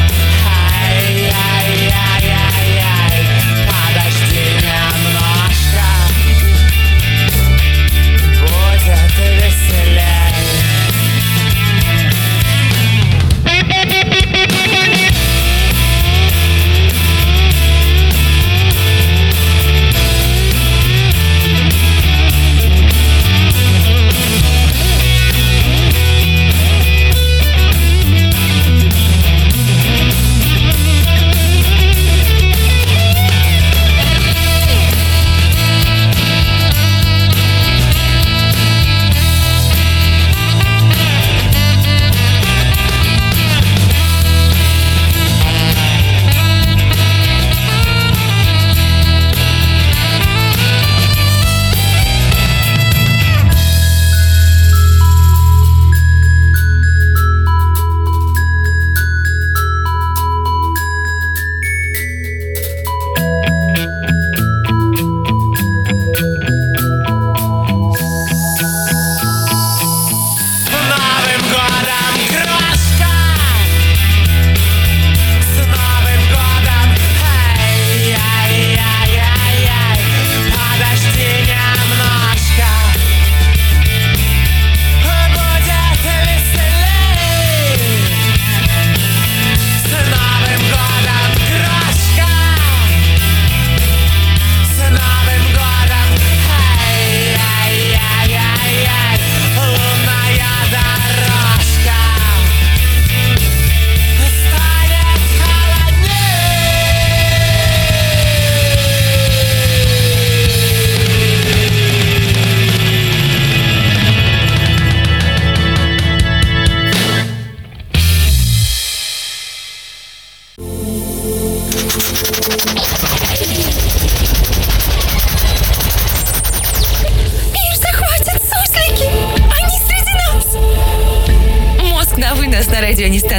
Speaker 7: Ай-яй-яй-яй-яй! Подожди немножко,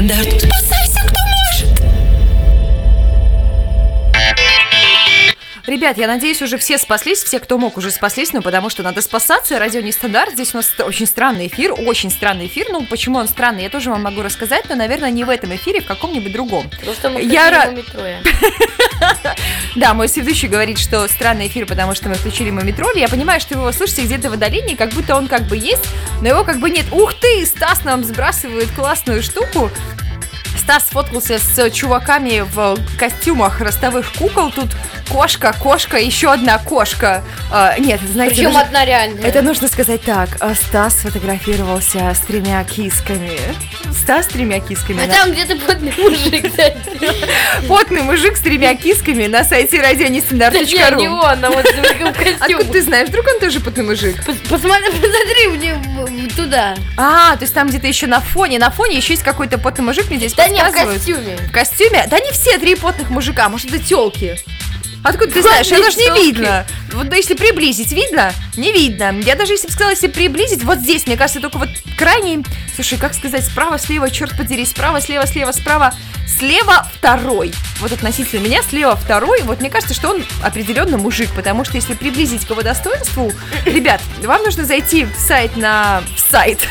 Speaker 1: Стандарт. Спасайся, кто может!
Speaker 2: Ребят, я надеюсь, уже все спаслись, все, кто мог, уже спаслись, ну, потому что надо спасаться. Радио Нестандарт, здесь у нас очень странный эфир, очень странный эфир. Ну, почему он странный, я тоже вам могу рассказать, но, наверное, не в этом эфире, в каком-нибудь другом.
Speaker 5: Потому что мы
Speaker 2: Я ра-
Speaker 5: Мумитроя.
Speaker 2: Да, мой соведущий говорит, что странный эфир, потому что мы включили Мумитроля. Я понимаю, что вы его слушаете где-то в отдалении, как будто он как бы есть, но его как бы нет. Ух ты, Стас нам сбрасывает классную штуку. Стас сфоткался с чуваками в костюмах ростовых кукол. Тут кошка, кошка, еще одна кошка. А, нет, знаете,
Speaker 5: Причем
Speaker 2: нужно,
Speaker 5: одна реальная.
Speaker 2: это нужно сказать так. а, Стас сфотографировался с тремя кисками. Стас с тремя кисками.
Speaker 5: А
Speaker 2: на-
Speaker 5: там где-то потный мужик, кстати.
Speaker 2: Потный мужик с тремя кисками на сайте радио нестандарт точка
Speaker 5: Точнее,
Speaker 2: ру.
Speaker 5: не он, а вот с другим
Speaker 2: Откуда
Speaker 5: костюмом.
Speaker 2: ты знаешь? Вдруг он тоже потный мужик?
Speaker 5: Пос- Посмотри, посмотри мне в- в- туда.
Speaker 2: А, то есть там где-то еще на фоне, на фоне еще есть какой-то потный мужик, мне здесь
Speaker 5: Да не, в
Speaker 2: подсказывают.
Speaker 5: костюме.
Speaker 2: В костюме? Да не все три потных мужика, может, это тёлки. Откуда ты
Speaker 5: Ладно,
Speaker 2: знаешь? Это же не
Speaker 5: тёлки.
Speaker 2: видно. Вот да, если приблизить, видно? Не видно. Я даже если бы сказала, если приблизить, вот здесь, мне кажется, только вот крайний... Слушай, как сказать, справа, слева, черт подери, справа, слева, слева, справа, слева второй. Вот относительно меня слева второй. Вот мне кажется, что он определенно мужик, потому что если приблизить к его достоинству, ребят, вам нужно зайти в сайт на... в сайт.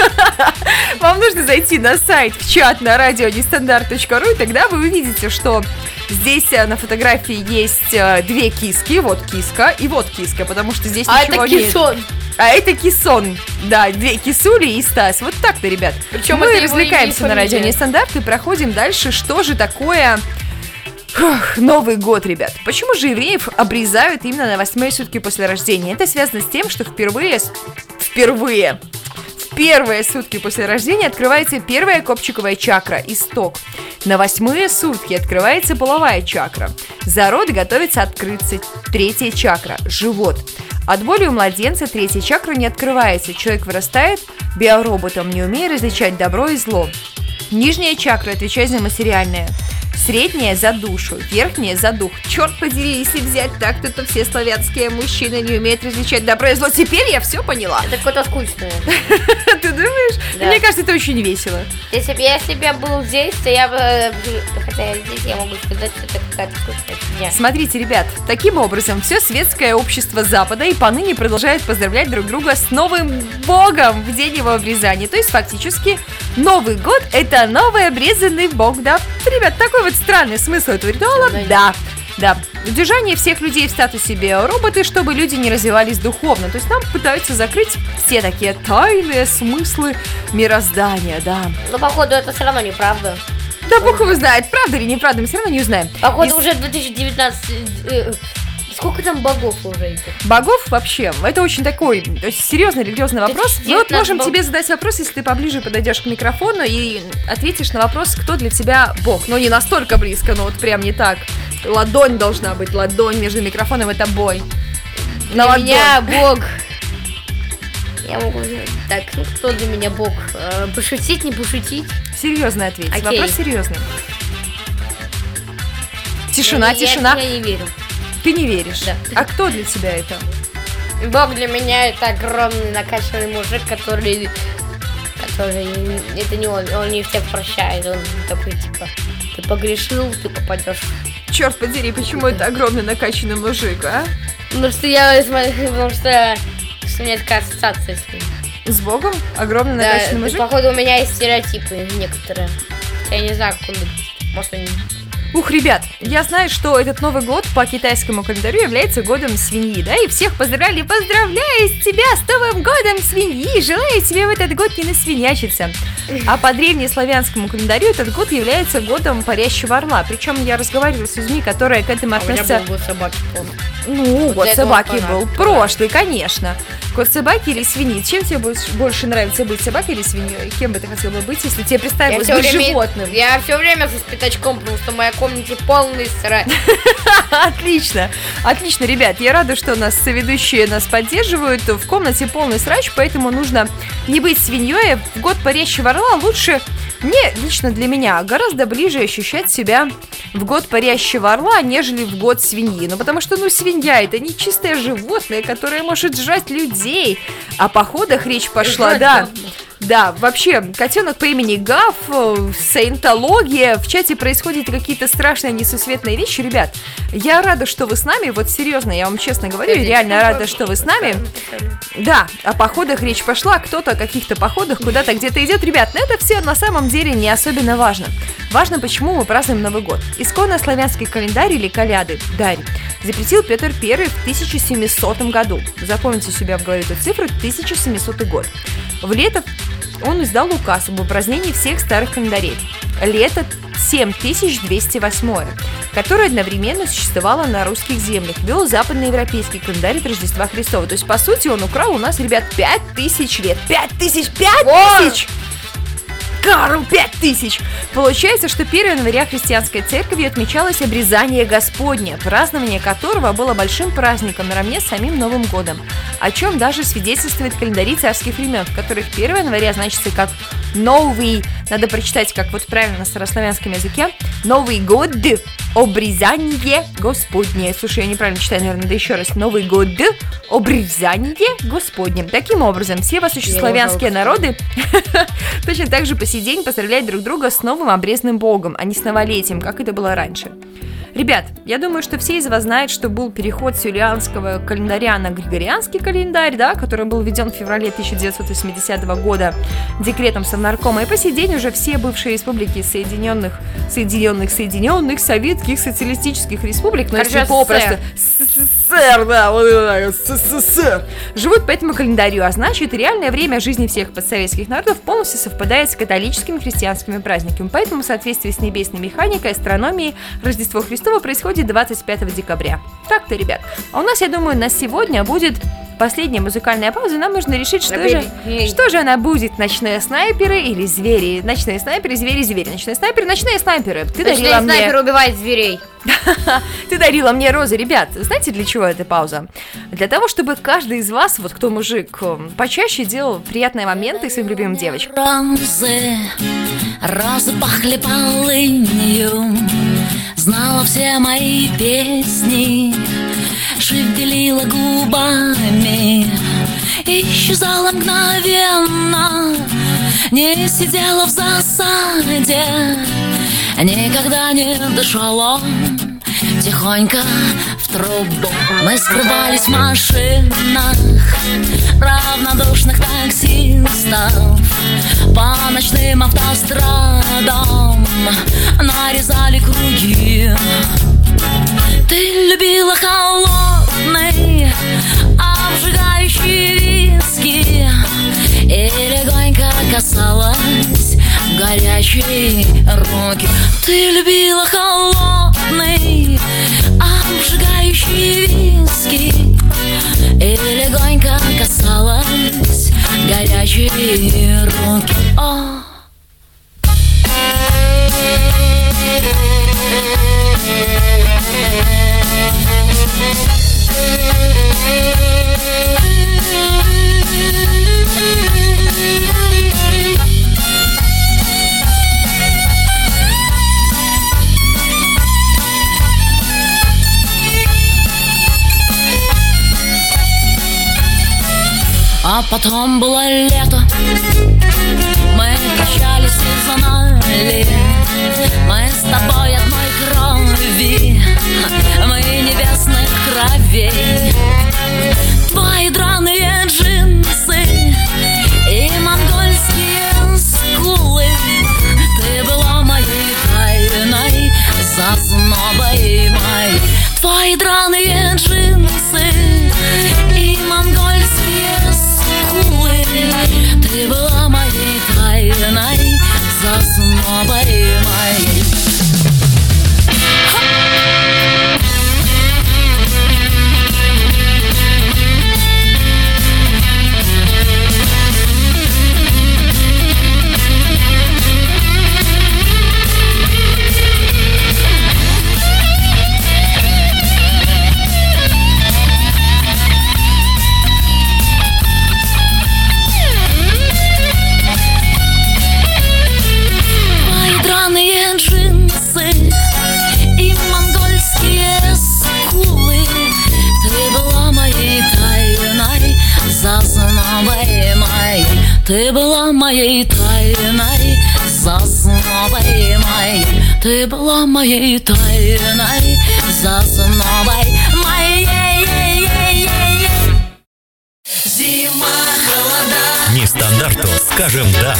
Speaker 2: Вам нужно зайти на сайт, в чат на радио нестандарт точка ру, и тогда вы увидите, что здесь э, на фотографии есть э, две киски, вот киска и вот киска, потому что здесь
Speaker 5: А
Speaker 2: ничего
Speaker 5: это
Speaker 2: нет.
Speaker 5: кессон.
Speaker 2: А это кисон, да, две кисули и Стас. Вот так-то, ребят.
Speaker 5: Причем
Speaker 2: мы
Speaker 5: это его
Speaker 2: развлекаемся
Speaker 5: имя и
Speaker 2: на радио
Speaker 5: фамилия.
Speaker 2: Нестандарт и проходим дальше, что же такое... Фух, Новый год, ребят. Почему же евреев обрезают именно на восьмые сутки после рождения? Это связано с тем, что впервые... с- Впервые... В первые сутки после рождения открывается первая копчиковая чакра, исток. На восьмые сутки открывается половая чакра. Зарод готовится открыться третья чакра, живот. От боли у младенца третья чакра не открывается. Человек вырастает биороботом, не умея различать добро и зло. Нижняя чакра отвечает за материальное. Средняя за душу, верхняя за дух. Черт подери, если взять так, то, то все славянские мужчины не умеют различать добро и зло. Теперь я все поняла.
Speaker 5: Это какое-то скучное.
Speaker 2: Ты думаешь?
Speaker 5: Да.
Speaker 2: Мне кажется, это очень весело.
Speaker 5: Если бы я, если бы я был здесь, то я бы... э, Хотя я здесь, я могу сказать, что это какая-то скучная фигня.
Speaker 2: Смотрите, ребят, таким образом все светское общество Запада и поныне продолжает поздравлять друг друга с Новым Богом в день его обрезания. То есть фактически Новый год — это новый обрезанный Бог, да? Ребят, такой вот странный смысл этого ритуала,
Speaker 5: Да.
Speaker 2: да. Да, удержание всех людей в статусе биороботы, чтобы люди не развивались духовно. То есть нам пытаются закрыть все такие тайные смыслы мироздания, да.
Speaker 5: Но походу это все равно неправда.
Speaker 2: Да бог его знает, правда или неправда, мы все равно не узнаем.
Speaker 5: Походу
Speaker 2: И
Speaker 5: уже две тысячи девятнадцатый... э, Сколько там богов уже этих?
Speaker 2: Богов вообще, это очень такой то есть, серьезный религиозный вопрос. Мы вот можем тебе задать вопрос, если ты поближе подойдешь к микрофону и ответишь на вопрос, кто для тебя Бог. Но не настолько близко, но вот прям не так. Ладонь должна быть, ладонь между микрофоном и тобой. На
Speaker 5: Для
Speaker 2: ладонь.
Speaker 5: меня бог... Я могу... Так, ну кто для меня бог? Э, Пошутить, не пошутить?
Speaker 2: Серьезно ответь.
Speaker 5: Окей.
Speaker 2: Вопрос серьезный. Тишина,
Speaker 5: Я- я-
Speaker 2: тишина.
Speaker 5: Я не верю.
Speaker 2: Ты не веришь.
Speaker 5: Да.
Speaker 2: А кто для тебя это?
Speaker 5: Бог для меня это огромный накачанный мужик, который... Который... Это не он, он не всех прощает. Он такой, типа, ты погрешил, ты попадешь.
Speaker 2: Черт подери, почему это огромный накачанный мужик, а?
Speaker 5: Потому что я смотрю, потому что... Что у меня такая ассоциация с ним.
Speaker 2: С Богом? Огромный
Speaker 5: Да,
Speaker 2: накачанный мужик?
Speaker 5: походу у меня есть стереотипы некоторые. Я не знаю, как он... Может, они...
Speaker 2: Ух, ребят, я знаю, что этот Новый год по китайскому календарю является годом свиньи, да, и всех поздравляли, поздравляю с тебя с Новым годом свиньи, желаю тебе в этот год не насвинячиться. А по древнеславянскому календарю этот год является годом парящего орла, причем я разговаривала с людьми, которые к этому
Speaker 5: А у меня
Speaker 2: относятся...
Speaker 5: был год собаки, помню.
Speaker 2: Ну,
Speaker 5: Вот
Speaker 2: год
Speaker 5: для этого
Speaker 2: собаки
Speaker 5: фанат,
Speaker 2: был
Speaker 5: фанат.
Speaker 2: прошлый, конечно. Год собаки или свиньи? Чем тебе больше, больше нравится быть, собакой или свиньей? Кем бы ты хотел бы быть, если тебе
Speaker 5: Я
Speaker 2: представилось
Speaker 5: все
Speaker 2: быть
Speaker 5: время,
Speaker 2: животным?
Speaker 5: я все время со пятачком, потому что в моей комнате полный срань.
Speaker 2: Отлично, отлично, ребят, я рада, что нас соведущие нас поддерживают. В комнате полный срач, поэтому нужно не быть свиньей. В год парящего орла лучше, мне, лично для меня, гораздо ближе ощущать себя в год парящего орла, нежели в год свиньи. Ну, потому что, ну, свинья — это не чистое животное, которое может жрать людей. О походах речь пошла,
Speaker 5: Жрать
Speaker 2: да.
Speaker 5: можно.
Speaker 2: Да, вообще, котенок по имени Гав, саентология, в чате происходят какие-то страшные несусветные вещи. Ребят, я рада, что вы с нами, вот серьезно, я вам честно говорю, реально рада, что вы с нами. Да, о походах речь пошла, кто-то о каких-то походах куда-то где-то идет. Ребят, но это все на самом деле не особенно важно. Важно, почему мы празднуем Новый год. Исконно славянский календарь или каляды, дарь, запретил Петр Первый в тысяча семисотом году. Запомните себя в голове эту цифру, тысяча семисотый год. В лето он издал указ об упразднении всех старых календарей. Лето семь тысяч двести восьмое, которое одновременно существовало на русских землях, вел западноевропейский календарь от Рождества Христова. То есть, по сути, он украл у нас, ребят, пять тысяч лет. пять тысяч! пять тысяч! Карл, пять тысяч! Получается, что первого января христианской церковью отмечалось обрезание Господне, празднование которого было большим праздником наравне с самим Новым годом, о чем даже свидетельствует календари царских времен, в которых первого января значится как Новый, надо прочитать как вот правильно на старославянском языке, Новый год, обрезание Господне. Слушай, я неправильно читаю, наверное, да еще раз. Новый год, обрезание Господне. Таким образом, все восточнославянские народы точно так же по сей день поздравляют друг друга с новым обрезанным богом, а не с новолетием, как это было раньше. Ребят, я думаю, что все из вас знают, что был переход с юлианского календаря на григорианский календарь, да, который был введен в феврале тысяча девятьсот восьмидесятого года декретом Совнаркома, и по сей день уже все бывшие республики Соединенных, Соединенных, Соединенных Советских Социалистических Республик, ну если попросту СССР, да, вот это СССР, живут по этому календарю, а значит, реальное время жизни всех подсоветских народов полностью совпадает с католическими христианскими праздниками, поэтому в соответствии с небесной механикой, астрономией, Рождество Христово происходит двадцать пятого декабря. Так-то, ребят. А у нас, я думаю, на сегодня будет последняя музыкальная пауза. Нам нужно решить, что же, что же она будет. Ночные снайперы или звери? Ночные снайперы, звери, звери. Ночные снайперы, ночные снайперы. Ты
Speaker 5: Ночные
Speaker 2: дарила
Speaker 5: снайперы
Speaker 2: мне...
Speaker 5: убивают зверей.
Speaker 2: Ты дарила мне розы. Ребят, знаете, для чего эта пауза? Для того, чтобы каждый из вас, вот кто мужик, почаще делал приятные моменты своим любимым девочкам.
Speaker 8: Розы, розы пахли полынью, знала все мои песни, шевелила губами, исчезала мгновенно, не сидела в засаде, никогда не дышала тихонько в трубу. Мы скрывались в машинах равнодушных таксистов, по ночным автострадам нарезали круги. Ты любила холодный, обжигающий виски и легонько касалась горячие руки. Ты любила холодный, обжигающий виски и легонько касалась горячие руки. О! А потом было лето, мы прощались из-за ноли, мы с тобой одной крови, мы небесных кровей. Твои драные джинсы и монгольские скулы, ты была моей тайной зазнобой моей. Твои драные джинсы и монгольские скулы, ты была моей тайной зазнобой моей. Ты была моей тайной, сосновой моей. Ты была моей тайной, сосновой моей. Зима, холода.
Speaker 4: Нестандарту скажем «да».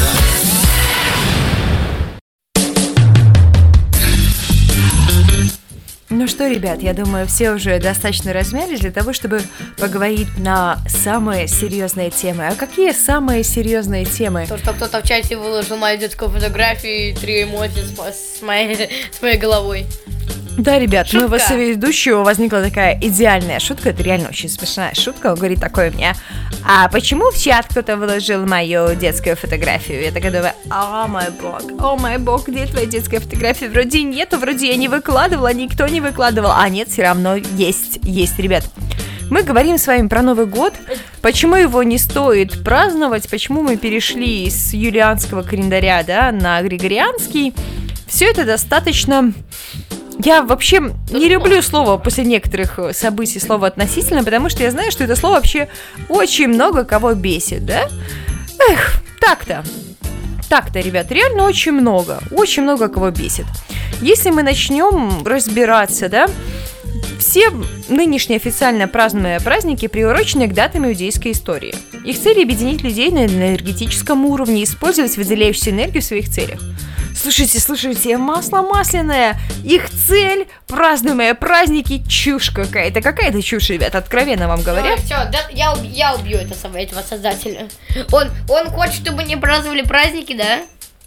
Speaker 2: Ну что, ребят, я думаю, все уже достаточно размялись для того, чтобы поговорить на самые серьезные темы. А какие самые серьезные темы?
Speaker 5: То, что кто-то в чате выложил мою детскую фотографию и три эмодзи с, с, моей, с моей головой.
Speaker 2: Да, ребят,
Speaker 5: Шутка.
Speaker 2: мы вас ведущего возникла такая идеальная шутка, это реально очень смешная шутка. Он говорит такое мне: а почему в чат кто-то выложил мою детскую фотографию? Я такая думаю: о мой бог, о мой бог, где твоя детская фотография? Вроде нету, вроде я не выкладывала, никто не выкладывал. А нет, все равно есть, есть, ребят. Мы говорим с вами про Новый год, почему его не стоит праздновать, почему мы перешли с юлианского календаря, да, на григорианский. Все это достаточно... Я вообще не люблю слово после некоторых событий, слово относительно, потому что я знаю, что это слово вообще очень много кого бесит, да? Эх, так-то. Так-то, ребят, реально очень много, очень много кого бесит. Если мы начнем разбираться, да, все нынешние официально празднуемые праздники приурочены к датам иудейской истории. Их цель — объединить людей на энергетическом уровне и использовать выделяющуюся энергию в своих целях. Слушайте, слушайте, масло масляное, их цель — празднуемые праздники, чушь какая-то, какая-то чушь, ребят, откровенно вам говоря.
Speaker 5: Все, да, я, я убью это, этого создателя. Он, он хочет, чтобы не праздновали праздники, да?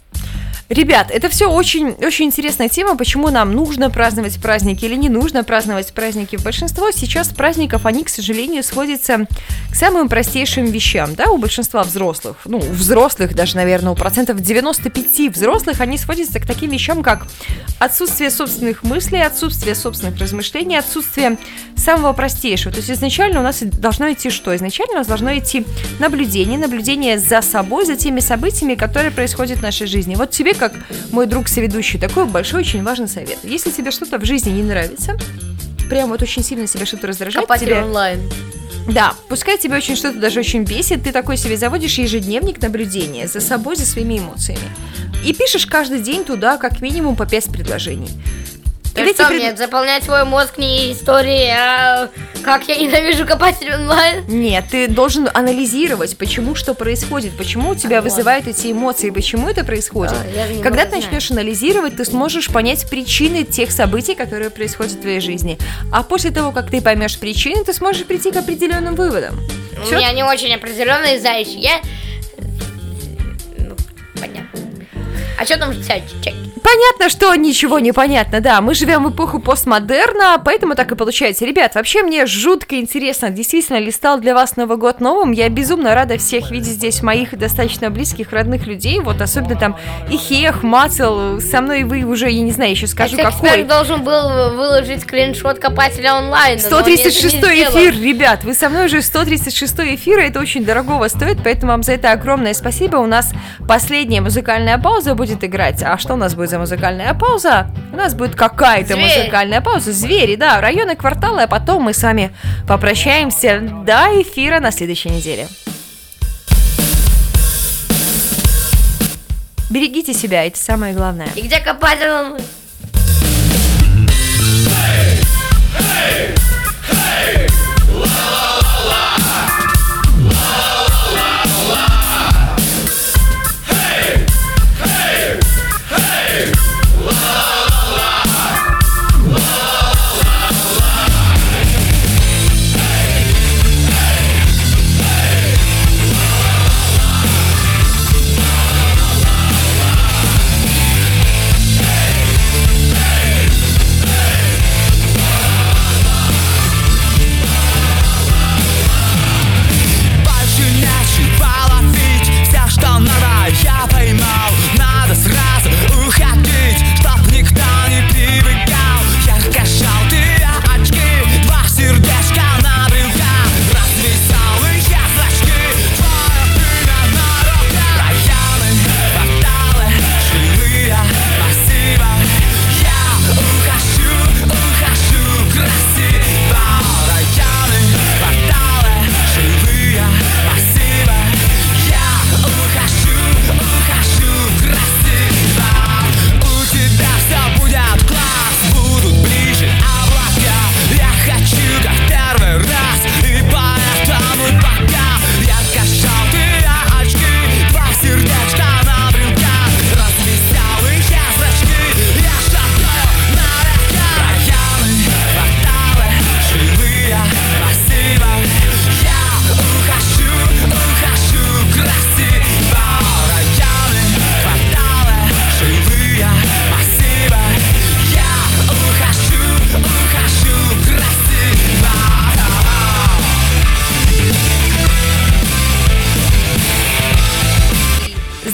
Speaker 2: Ребят, это все очень, очень интересная тема, почему нам нужно праздновать праздники или не нужно праздновать праздники. Большинство сейчас праздников, они, к сожалению, сводятся к самым простейшим вещам, да, у большинства взрослых, ну, у взрослых даже, наверное, у процентов девяносто пять взрослых, они сводятся к таким вещам, как отсутствие собственных мыслей, отсутствие собственных размышлений, отсутствие самого простейшего. То есть изначально у нас должно идти что? Изначально у нас должно идти наблюдение, наблюдение за собой, за теми событиями, которые происходят в нашей жизни. Вот тебе, как мой друг-соведущий, такой большой, очень важный совет. Если тебе что-то в жизни не нравится, прям вот очень сильно себя что-то раздражает,
Speaker 5: Копатель
Speaker 2: тебе...
Speaker 5: онлайн.
Speaker 2: Да, пускай тебя очень что-то даже очень бесит, ты такой себе заводишь ежедневник наблюдения за собой, за своими эмоциями. И пишешь каждый день туда как минимум по пять предложений.
Speaker 5: То что, пред... мне заполнять свой мозг не истории, а как я ненавижу копатель онлайн?
Speaker 2: Нет, ты должен анализировать, почему что происходит, почему у тебя а, вызывают ладно. эти эмоции, почему это происходит. А, Когда ты начнешь анализировать, ты сможешь понять причины тех событий, которые происходят в твоей жизни. А после того, как ты поймешь причины, ты сможешь прийти к определенным выводам.
Speaker 5: У Всё? меня не очень определенные зайчи. Я... Ну, понятно. А что там чек?
Speaker 2: Понятно, что ничего не понятно, да, мы живем в эпоху постмодерна, поэтому так и получается. Ребят, вообще мне жутко интересно, действительно ли стал для вас Новый год новым? Я безумно рада всех видеть здесь, моих достаточно близких, родных людей, вот особенно там Ихех, Мацел, со мной вы уже, я не знаю, еще скажу
Speaker 5: а
Speaker 2: какой.
Speaker 5: Должен был выложить скриншот копателя онлайн.
Speaker 2: сто тридцать шестой эфир, ребят, вы со мной уже сто тридцать шестой эфир, это очень дорогого стоит, поэтому вам за это огромное спасибо. У нас последняя музыкальная пауза будет играть, а что у нас будет за музыкальная пауза? У нас будет какая-то Зверь. музыкальная пауза. Звери, да, районы, кварталы, а потом мы с вами попрощаемся до эфира на следующей неделе. Берегите себя, это самое главное.
Speaker 5: И где копатель?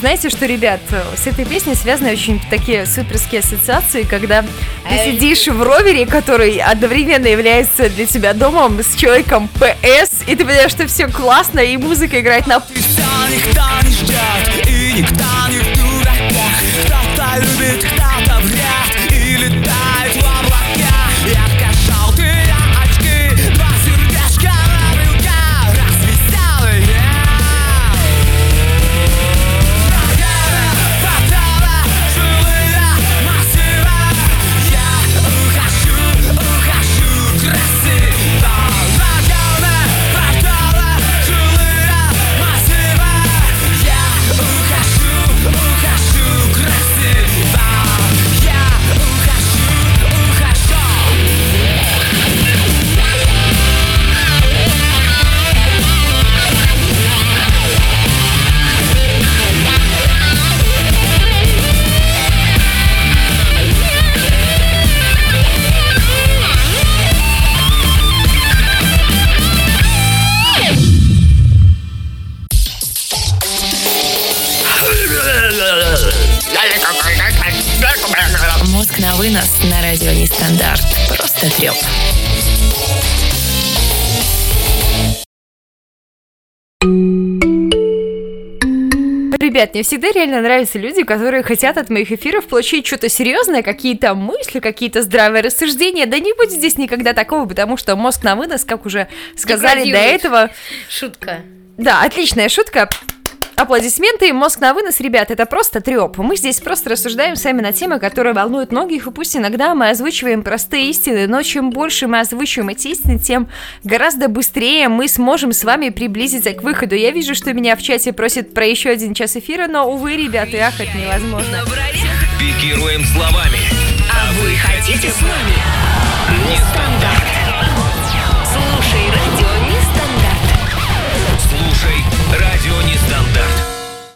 Speaker 2: знаете, что, ребят, с этой песней связаны очень такие суперские ассоциации, когда ты сидишь в ровере, который одновременно является для тебя домом с человеком ПС, и ты понимаешь, что все классно, и музыка играет на...
Speaker 6: Все никто не ждет, и никто не в дураках. Кто-то любит, кто-то вряд, и летает в облаках. Ярко-желтые очки, два сердечка на вилках, развеселые. Рогами, фотоны, жилые массивы. Я ухожу, ухожу красиво. Рогами, фотоны, жилые массивы. Я ухожу, ухожу красиво. Я ухожу, ухожу.
Speaker 1: Мозг на вынос на радио Нестандарт. Просто треп.
Speaker 2: Ребят, мне всегда реально нравятся люди, которые хотят от моих эфиров получить что-то серьезное, какие-то мысли, какие-то здравые рассуждения. Да не будет здесь никогда такого, потому что мозг на вынос, как уже сказали до этого...
Speaker 5: Шутка.
Speaker 2: Да, отличная шутка. Аплодисменты, мозг на вынос, ребят, это просто треп. Мы здесь просто рассуждаем с вами на темы, которые волнуют многих, и пусть иногда мы озвучиваем простые истины, но чем больше мы озвучиваем эти истины, тем гораздо быстрее мы сможем с вами приблизиться к выходу. Я вижу, что меня в чате просят про еще один час эфира, но, увы, ребята, и ахать невозможно.
Speaker 4: Пикируем словами.
Speaker 1: А вы хотите с нами?
Speaker 4: Нестандарт.
Speaker 1: Слушай радио Нестандарт.
Speaker 4: Слушай радио Нестандарт.